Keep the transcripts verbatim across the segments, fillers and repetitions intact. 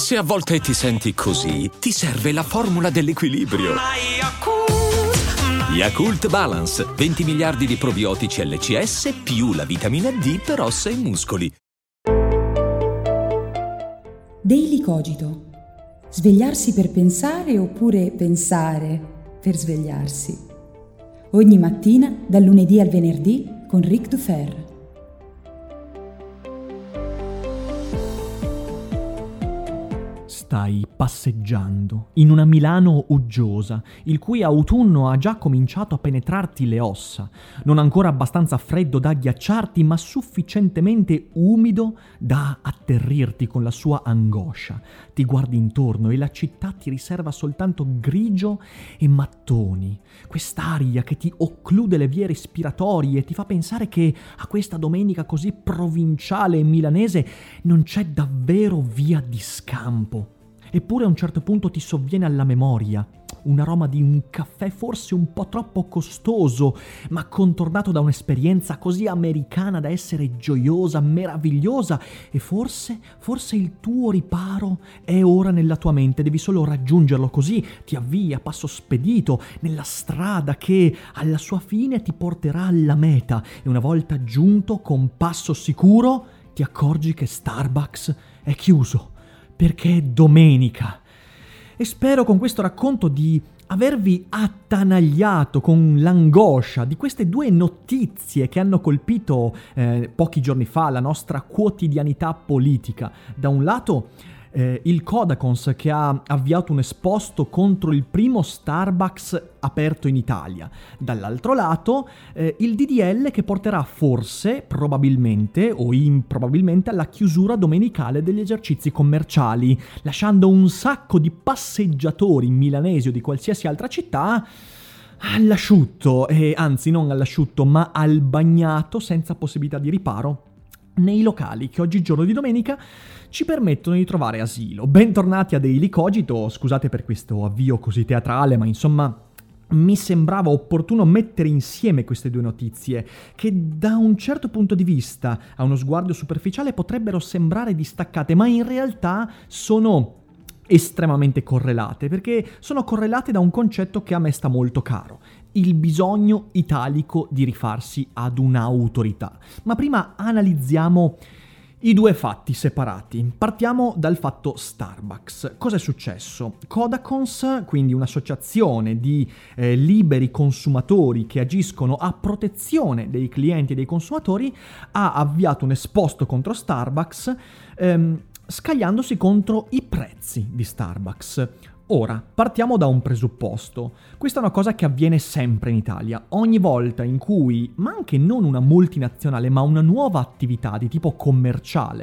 Se a volte ti senti così, ti serve la formula dell'equilibrio. Yakult Balance, venti miliardi di probiotici L C S più la vitamina D per ossa e muscoli. Daily Cogito. Svegliarsi per pensare oppure pensare per svegliarsi. Ogni mattina, dal lunedì al venerdì, con Ric Dufer. Stai passeggiando in una Milano uggiosa, il cui autunno ha già cominciato a penetrarti le ossa, non ancora abbastanza freddo da ghiacciarti, ma sufficientemente umido da atterrirti con la sua angoscia. Ti guardi intorno e la città ti riserva soltanto grigio e mattoni, quest'aria che ti occlude le vie respiratorie e ti fa pensare che a questa domenica così provinciale e milanese non c'è davvero via di scampo. Eppure a un certo punto ti sovviene alla memoria un aroma di un caffè forse un po' troppo costoso, ma contornato da un'esperienza così americana da essere gioiosa, meravigliosa, e forse, forse il tuo riparo è ora nella tua mente, devi solo raggiungerlo, così ti avvii a passo spedito nella strada che alla sua fine ti porterà alla meta, e una volta giunto con passo sicuro ti accorgi che Starbucks è chiuso. Perché è domenica. E spero con questo racconto di avervi attanagliato con l'angoscia di queste due notizie che hanno colpito eh, pochi giorni fa la nostra quotidianità politica. Da un lato eh, il Codacons, che ha avviato un esposto contro il primo Starbucks aperto in Italia. Dall'altro lato eh, il D D L che porterà forse, probabilmente o improbabilmente alla chiusura domenicale degli esercizi commerciali, lasciando un sacco di passeggiatori milanesi o di qualsiasi altra città all'asciutto, e anzi non all'asciutto ma al bagnato, senza possibilità di riparo nei locali che oggigiorno di domenica ci permettono di trovare asilo. Bentornati a Daily Cogito, scusate per questo avvio così teatrale, ma insomma mi sembrava opportuno mettere insieme queste due notizie che da un certo punto di vista, a uno sguardo superficiale, potrebbero sembrare distaccate, ma in realtà sono estremamente correlate, perché sono correlate da un concetto che a me sta molto caro: il bisogno italico di rifarsi ad un'autorità. Ma prima analizziamo i due fatti separati. Partiamo dal fatto Starbucks. Cosa è successo? Codacons, quindi un'associazione di eh, liberi consumatori che agiscono a protezione dei clienti e dei consumatori, ha avviato un esposto contro Starbucks ehm, scagliandosi contro i prezzi di Starbucks. Ora, partiamo da un presupposto. Questa è una cosa che avviene sempre in Italia. Ogni volta in cui, ma anche non una multinazionale, ma una nuova attività di tipo commerciale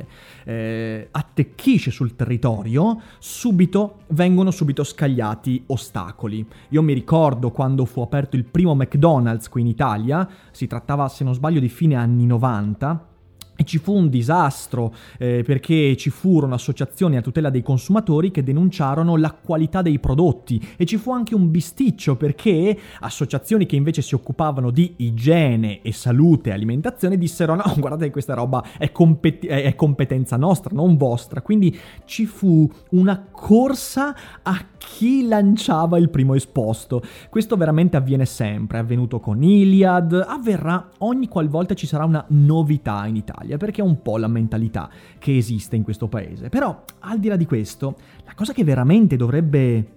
eh, attecchisce sul territorio, subito vengono subito scagliati ostacoli. Io mi ricordo quando fu aperto il primo McDonald's qui in Italia, si trattava, se non sbaglio, di fine anni novanta, e ci fu un disastro eh, perché ci furono associazioni a tutela dei consumatori che denunciarono la qualità dei prodotti, e ci fu anche un bisticcio perché associazioni che invece si occupavano di igiene e salute e alimentazione dissero: no, guardate che questa roba è, compet- è competenza nostra, non vostra. Quindi ci fu una corsa a chi lanciava il primo esposto. Questo veramente avviene sempre, è avvenuto con Iliad, avverrà ogni qualvolta ci sarà una novità in Italia, perché è un po' la mentalità che esiste in questo paese. Però, al di là di questo, la cosa che veramente dovrebbe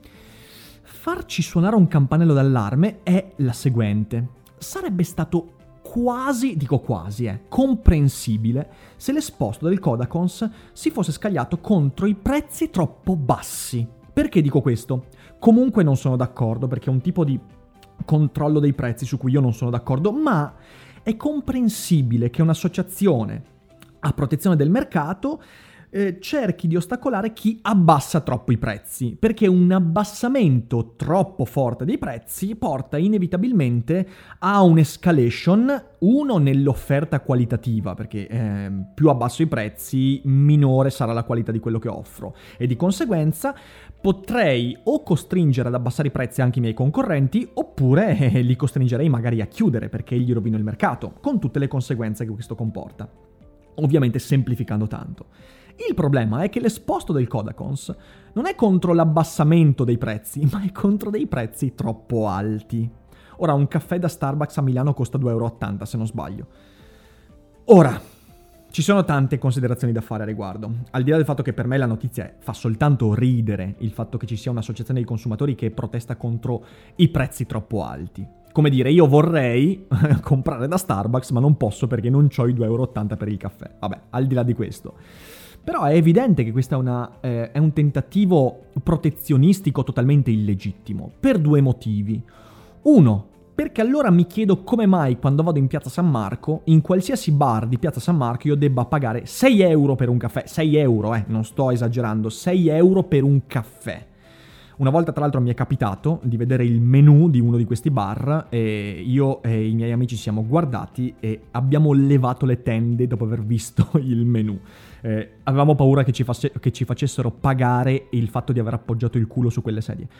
farci suonare un campanello d'allarme è la seguente: sarebbe stato quasi, dico quasi, eh, comprensibile se l'esposto del Codacons si fosse scagliato contro i prezzi troppo bassi. Perché dico questo? Comunque non sono d'accordo, perché è un tipo di controllo dei prezzi su cui io non sono d'accordo, ma è comprensibile che un'associazione a protezione del mercato eh, cerchi di ostacolare chi abbassa troppo i prezzi, perché un abbassamento troppo forte dei prezzi porta inevitabilmente a un'escalation, uno nell'offerta qualitativa, perché eh, più abbasso i prezzi minore sarà la qualità di quello che offro, e di conseguenza potrei o costringere ad abbassare i prezzi anche i miei concorrenti, oppure eh, li costringerei magari a chiudere perché gli rovino il mercato, con tutte le conseguenze che questo comporta. ovviamente semplificando tanto. Il problema è che l'esposto del Kodakons non è contro l'abbassamento dei prezzi, ma è contro dei prezzi troppo alti. Ora, un caffè da Starbucks a Milano costa due euro e ottanta, se non sbaglio. Ora, ci sono tante considerazioni da fare a riguardo. Al di là del fatto che per me la notizia fa soltanto ridere il fatto che ci sia un'associazione dei consumatori che protesta contro i prezzi troppo alti. Come dire, io vorrei comprare da Starbucks, ma non posso perché non ho i due euro e ottanta per il caffè. Vabbè, al di là di questo. Però è evidente che questo è, una, eh, è un tentativo protezionistico totalmente illegittimo, per due motivi. Uno, perché allora mi chiedo come mai quando vado in Piazza San Marco, in qualsiasi bar di Piazza San Marco, io debba pagare sei euro per un caffè. sei euro, eh, non sto esagerando, sei euro per un caffè. Una volta tra l'altro mi è capitato di vedere il menù di uno di questi bar e io e i miei amici siamo guardati e abbiamo levato le tende dopo aver visto il menù. Eh, avevamo paura che ci, face- che ci facessero pagare il fatto di aver appoggiato il culo su quelle sedie.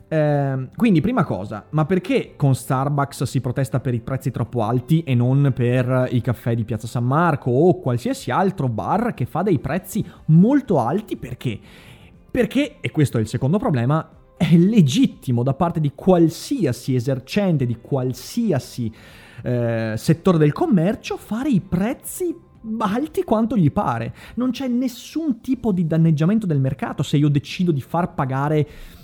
Eh, quindi prima cosa, ma perché con Starbucks si protesta per i prezzi troppo alti e non per i caffè di Piazza San Marco o qualsiasi altro bar che fa dei prezzi molto alti? Perché? Perché, e questo è il secondo problema, è legittimo da parte di qualsiasi esercente, di qualsiasi eh, settore del commercio fare i prezzi alti quanto gli pare. Non c'è nessun tipo di danneggiamento del mercato se io decido di far pagare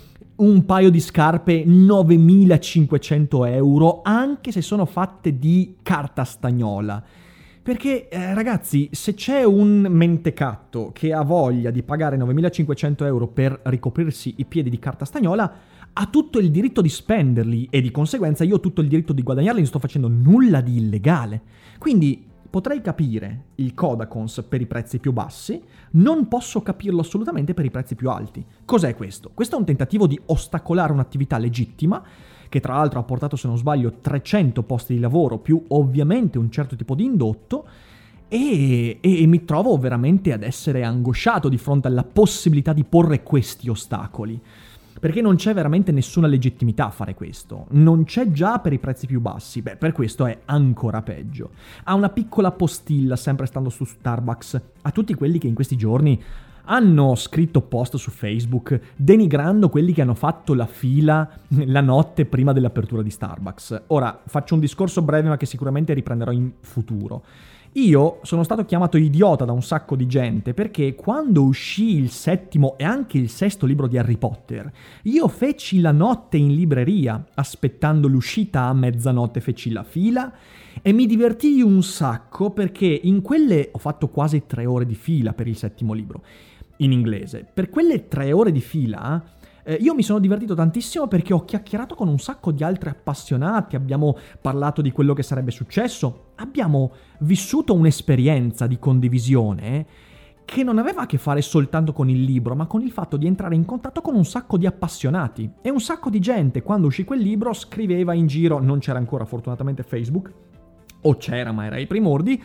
un paio di scarpe novemilacinquecento euro, anche se sono fatte di carta stagnola. Perché, eh, ragazzi, se c'è un mentecatto che ha voglia di pagare novemilacinquecento euro per ricoprirsi i piedi di carta stagnola, ha tutto il diritto di spenderli e di conseguenza io ho tutto il diritto di guadagnarli, non sto facendo nulla di illegale. Quindi potrei capire il Kodakons per i prezzi più bassi, non posso capirlo assolutamente per i prezzi più alti. Cos'è questo? Questo è un tentativo di ostacolare un'attività legittima, che tra l'altro ha portato, se non sbaglio, trecento posti di lavoro, più ovviamente un certo tipo di indotto, e, e, e mi trovo veramente ad essere angosciato di fronte alla possibilità di porre questi ostacoli. Perché non c'è veramente nessuna legittimità a fare questo. Non c'è già per i prezzi più bassi. Beh, per questo è ancora peggio. Ha una piccola postilla, sempre stando su Starbucks, a tutti quelli che in questi giorni hanno scritto post su Facebook denigrando quelli che hanno fatto la fila la notte prima dell'apertura di Starbucks. Ora, faccio un discorso breve ma che sicuramente riprenderò in futuro. Io sono stato chiamato idiota da un sacco di gente perché quando uscì il settimo e anche il sesto libro di Harry Potter, io feci la notte in libreria, aspettando l'uscita a mezzanotte feci la fila e mi divertii un sacco perché in quelle ho fatto quasi tre ore di fila per il settimo libro, in inglese. Per quelle tre ore di fila eh, io mi sono divertito tantissimo perché ho chiacchierato con un sacco di altri appassionati, abbiamo parlato di quello che sarebbe successo, abbiamo vissuto un'esperienza di condivisione che non aveva a che fare soltanto con il libro, ma con il fatto di entrare in contatto con un sacco di appassionati. E un sacco di gente, quando uscì quel libro, scriveva in giro, non c'era ancora fortunatamente Facebook, o c'era ma era ai primordi,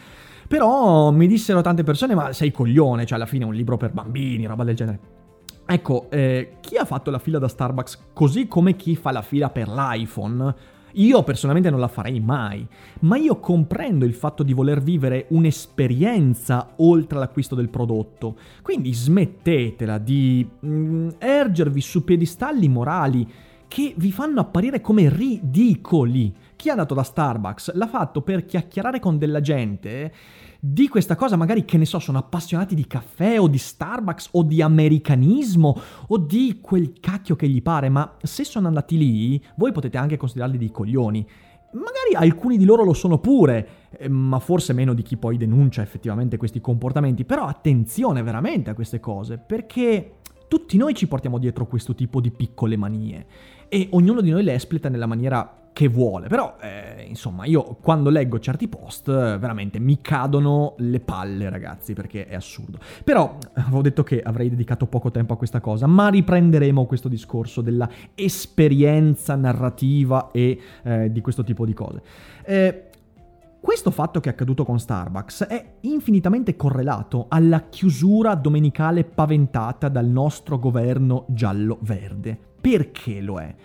però mi dissero tante persone, ma sei coglione, cioè alla fine è un libro per bambini, roba del genere. Ecco, eh, chi ha fatto la fila da Starbucks così come chi fa la fila per l'iPhone, io personalmente non la farei mai, ma io comprendo il fatto di voler vivere un'esperienza oltre all'acquisto del prodotto. Quindi smettetela di mm, ergervi su piedistalli morali che vi fanno apparire come ridicoli. Chi è andato da Starbucks l'ha fatto per chiacchierare con della gente di questa cosa, magari, che ne so, sono appassionati di caffè o di Starbucks o di americanismo o di quel cacchio che gli pare, ma se sono andati lì, voi potete anche considerarli dei coglioni. Magari alcuni di loro lo sono pure, eh, ma forse meno di chi poi denuncia effettivamente questi comportamenti, però attenzione veramente a queste cose, perché tutti noi ci portiamo dietro questo tipo di piccole manie e ognuno di noi le espleta nella maniera che vuole, però eh, insomma io quando leggo certi post veramente mi cadono le palle, ragazzi, perché è assurdo. Però avevo detto che avrei dedicato poco tempo a questa cosa, ma riprenderemo questo discorso della esperienza narrativa e eh, di questo tipo di cose. Eh, Questo fatto che è accaduto con Starbucks è infinitamente correlato alla chiusura domenicale paventata dal nostro governo giallo-verde. Perché lo è?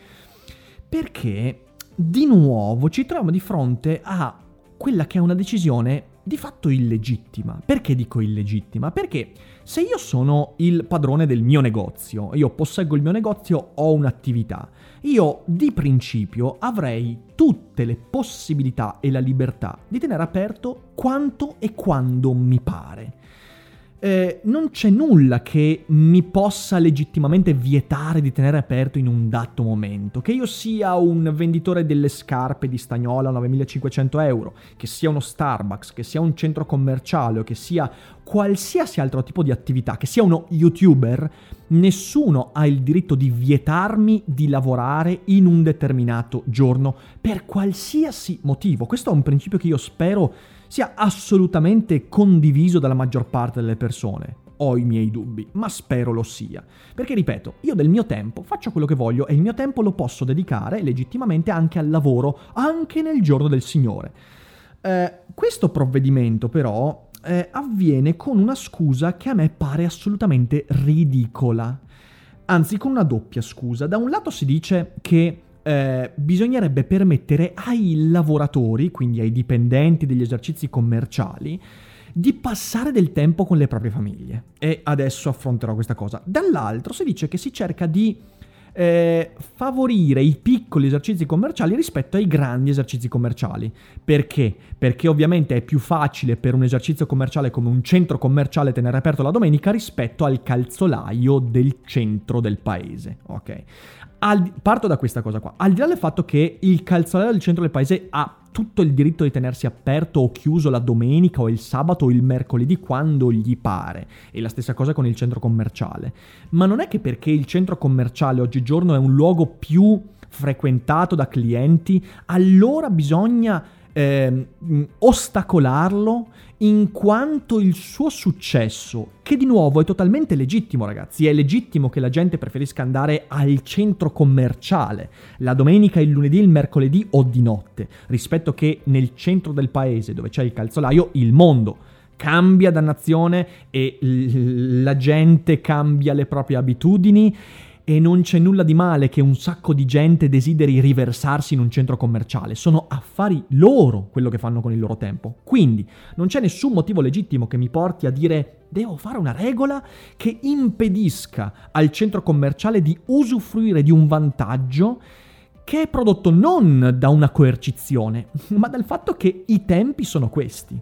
Perché di nuovo ci troviamo di fronte a quella che è una decisione di fatto illegittima. Perché dico illegittima? Perché se io sono il padrone del mio negozio, io posseggo il mio negozio, ho un'attività, io di principio avrei tutte le possibilità e la libertà di tenere aperto quanto e quando mi pare. Eh, non c'è nulla che mi possa legittimamente vietare di tenere aperto in un dato momento. Che io sia un venditore delle scarpe di Stagnola a novemilacinquecento euro, che sia uno Starbucks, che sia un centro commerciale o che sia qualsiasi altro tipo di attività, che sia uno YouTuber, nessuno ha il diritto di vietarmi di lavorare in un determinato giorno per qualsiasi motivo. Questo è un principio che io spero sia assolutamente condiviso dalla maggior parte delle persone. Ho i miei dubbi, ma spero lo sia. Perché, ripeto, io del mio tempo faccio quello che voglio e il mio tempo lo posso dedicare legittimamente anche al lavoro, anche nel giorno del Signore. Eh, questo provvedimento, però, eh, avviene con una scusa che a me pare assolutamente ridicola. Anzi, con una doppia scusa. Da un lato si dice che Eh, bisognerebbe permettere ai lavoratori, quindi ai dipendenti degli esercizi commerciali, di passare del tempo con le proprie famiglie. E adesso affronterò questa cosa. Dall'altro si dice che si cerca di eh, favorire i piccoli esercizi commerciali rispetto ai grandi esercizi commerciali. Perché? Perché ovviamente è più facile per un esercizio commerciale come un centro commerciale tenere aperto la domenica rispetto al calzolaio del centro del paese. Ok? Al, parto da questa cosa qua. Al di là del fatto che il calzolaio del centro del paese ha tutto il diritto di tenersi aperto o chiuso la domenica o il sabato o il mercoledì quando gli pare, e la stessa cosa con il centro commerciale, ma non è che perché il centro commerciale oggigiorno è un luogo più frequentato da clienti, allora bisogna eh, ostacolarlo, in quanto il suo successo, che di nuovo è totalmente legittimo, ragazzi, è legittimo che la gente preferisca andare al centro commerciale la domenica, il lunedì, il mercoledì o di notte, rispetto che nel centro del paese dove c'è il calzolaio. Il mondo cambia, dannazione, e l- la gente cambia le proprie abitudini. E non c'è nulla di male che un sacco di gente desideri riversarsi in un centro commerciale. Sono affari loro quello che fanno con il loro tempo. Quindi non c'è nessun motivo legittimo che mi porti a dire devo fare una regola che impedisca al centro commerciale di usufruire di un vantaggio che è prodotto non da una coercizione, ma dal fatto che i tempi sono questi.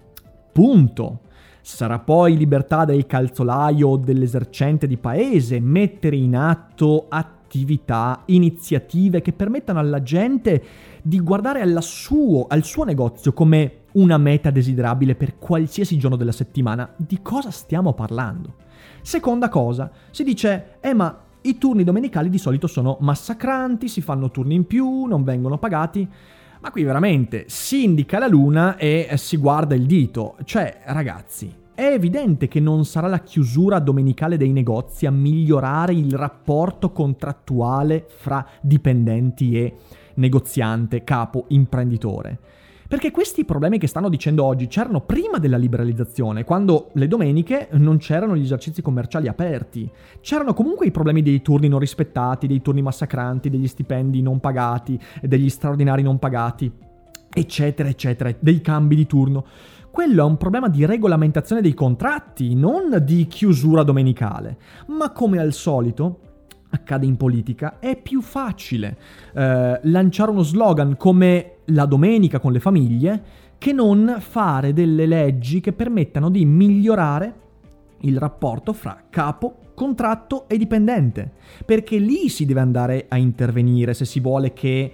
Punto. Sarà poi libertà del calzolaio o dell'esercente di paese mettere in atto attività, iniziative che permettano alla gente di guardare alla suo, al suo negozio come una meta desiderabile per qualsiasi giorno della settimana. Di cosa stiamo parlando? Seconda cosa, si dice, eh ma i turni domenicali di solito sono massacranti, si fanno turni in più, non vengono pagati. Ma qui veramente si indica la luna e si guarda il dito. Cioè, ragazzi, è evidente che non sarà la chiusura domenicale dei negozi a migliorare il rapporto contrattuale fra dipendenti e negoziante, capo, imprenditore. Perché questi problemi che stanno dicendo oggi c'erano prima della liberalizzazione, quando le domeniche non c'erano gli esercizi commerciali aperti. C'erano comunque i problemi dei turni non rispettati, dei turni massacranti, degli stipendi non pagati, degli straordinari non pagati, eccetera, eccetera, dei cambi di turno. Quello è un problema di regolamentazione dei contratti, non di chiusura domenicale. Ma come al solito accade in politica, è più facile eh, lanciare uno slogan come la domenica con le famiglie che non fare delle leggi che permettano di migliorare il rapporto fra capo, contratto e dipendente, perché lì si deve andare a intervenire se si vuole che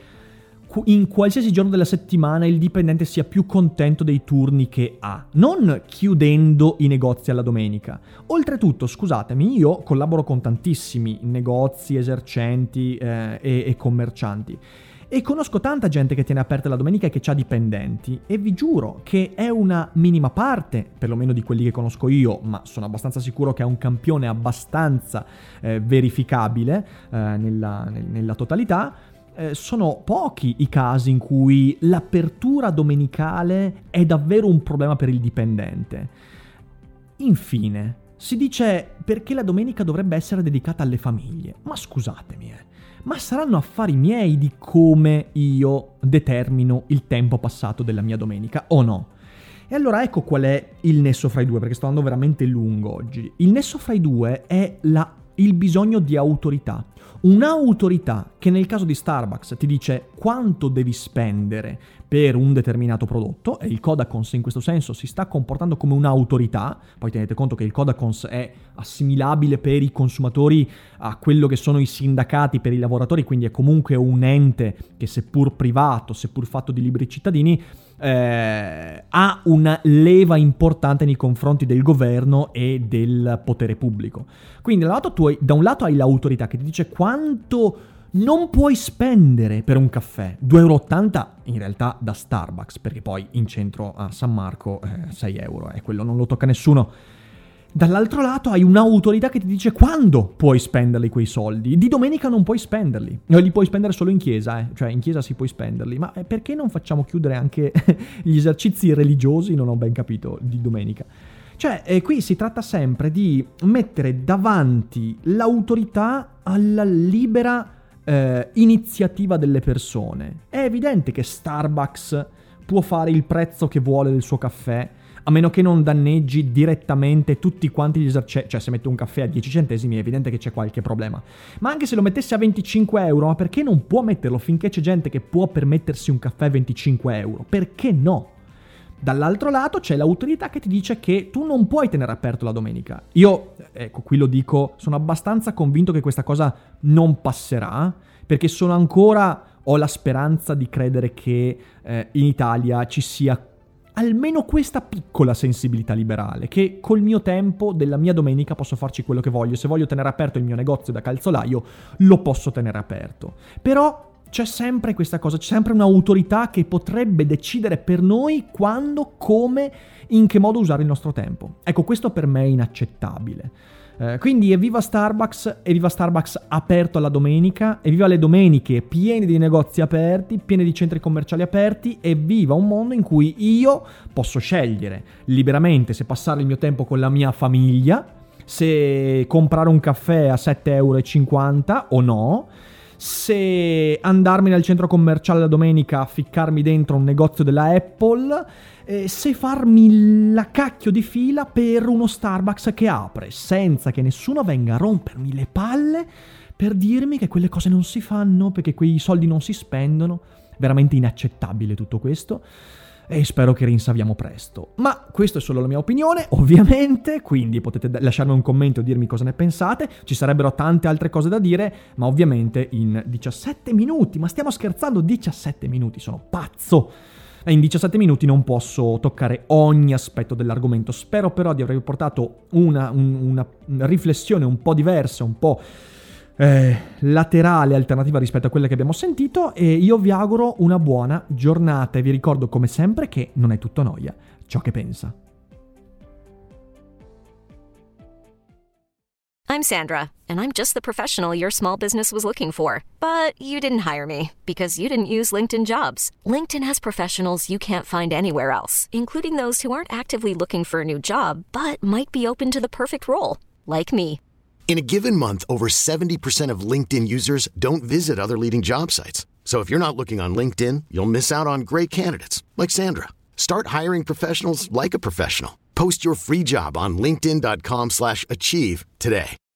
in qualsiasi giorno della settimana il dipendente sia più contento dei turni che ha, non chiudendo i negozi alla domenica. Oltretutto, scusatemi, io collaboro con tantissimi negozi, esercenti eh, e, e commercianti e conosco tanta gente che tiene aperta la domenica e che ha dipendenti, e vi giuro che è una minima parte, perlomeno di quelli che conosco io, ma sono abbastanza sicuro che è un campione abbastanza eh, verificabile eh, nella, nel, nella totalità. Eh, sono pochi i casi in cui l'apertura domenicale è davvero un problema per il dipendente. Infine, si dice perché la domenica dovrebbe essere dedicata alle famiglie. Ma scusatemi, eh, ma saranno affari miei di come io determino il tempo passato della mia domenica o no? E allora ecco qual è il nesso fra i due, perché sto andando veramente lungo oggi. Il nesso fra i due è la, il bisogno di autorità. Un'autorità che nel caso di Starbucks ti dice quanto devi spendere per un determinato prodotto, e il Codacons in questo senso si sta comportando come un'autorità. Poi tenete conto che il Codacons è assimilabile per i consumatori a quello che sono i sindacati per i lavoratori, quindi è comunque un ente che, seppur privato, seppur fatto di liberi cittadini, eh, ha una leva importante nei confronti del governo e del potere pubblico. Quindi da un lato, tu hai, da un lato hai l'autorità che ti dice quanto non puoi spendere per un caffè, due euro e ottanta in realtà da Starbucks, perché poi in centro a San Marco eh, sei euro, e eh, quello non lo tocca nessuno. Dall'altro lato hai un'autorità che ti dice quando puoi spenderli quei soldi. Di domenica non puoi spenderli, non li puoi spendere solo in chiesa, eh. Cioè in chiesa si puoi spenderli, ma perché non facciamo chiudere anche gli esercizi religiosi, non ho ben capito, di domenica. Cioè, eh, qui si tratta sempre di mettere davanti l'autorità alla libera eh, iniziativa delle persone. È evidente che Starbucks può fare il prezzo che vuole del suo caffè, a meno che non danneggi direttamente tutti quanti gli esercizi. Cioè, se mette un caffè a dieci centesimi è evidente che c'è qualche problema. Ma anche se lo mettesse a venticinque euro, ma perché non può metterlo finché c'è gente che può permettersi un caffè a venticinque euro? Perché no? Dall'altro lato c'è l'autorità che ti dice che tu non puoi tenere aperto la domenica. Io, ecco, qui lo dico, sono abbastanza convinto che questa cosa non passerà, perché sono ancora, ho la speranza di credere che eh, in Italia ci sia almeno questa piccola sensibilità liberale, che col mio tempo della mia domenica posso farci quello che voglio. Se voglio tenere aperto il mio negozio da calzolaio, lo posso tenere aperto. Però c'è sempre questa cosa, c'è sempre un'autorità che potrebbe decidere per noi quando, come, in che modo usare il nostro tempo. Ecco, questo per me è inaccettabile. Eh, quindi evviva Starbucks, evviva Starbucks aperto alla domenica, evviva le domeniche piene di negozi aperti, piene di centri commerciali aperti, evviva un mondo in cui io posso scegliere liberamente se passare il mio tempo con la mia famiglia, se comprare un caffè a sette e cinquanta euro o no, se andarmene al centro commerciale la domenica a ficcarmi dentro un negozio della Apple, eh, se farmi la cacchio di fila per uno Starbucks che apre, senza che nessuno venga a rompermi le palle per dirmi che quelle cose non si fanno, perché quei soldi non si spendono. Veramente inaccettabile tutto questo. E spero che rinsaviamo presto. Ma questa è solo la mia opinione, ovviamente, quindi potete lasciarmi un commento e dirmi cosa ne pensate. Ci sarebbero tante altre cose da dire, ma ovviamente in diciassette minuti, ma stiamo scherzando, diciassette minuti, sono pazzo! E in diciassette minuti non posso toccare ogni aspetto dell'argomento. Spero però di aver portato una, un, una riflessione un po' diversa, un po' Eh, laterale, alternativa rispetto a quelle che abbiamo sentito, e io vi auguro una buona giornata e vi ricordo come sempre che non è tutto noia ciò che pensa. I'm Sandra, and I'm just the professional your small business was looking for. But you didn't hire me because you didn't use LinkedIn Jobs. LinkedIn has professionals you can't find anywhere else, including those who aren't actively looking for a new job, but might be open to the perfect role, like me. In a given month, over seventy percent of LinkedIn users don't visit other leading job sites. So if you're not looking on LinkedIn, you'll miss out on great candidates like Sandra. Start hiring professionals like a professional. Post your free job on linkedin dot com slash achieve today.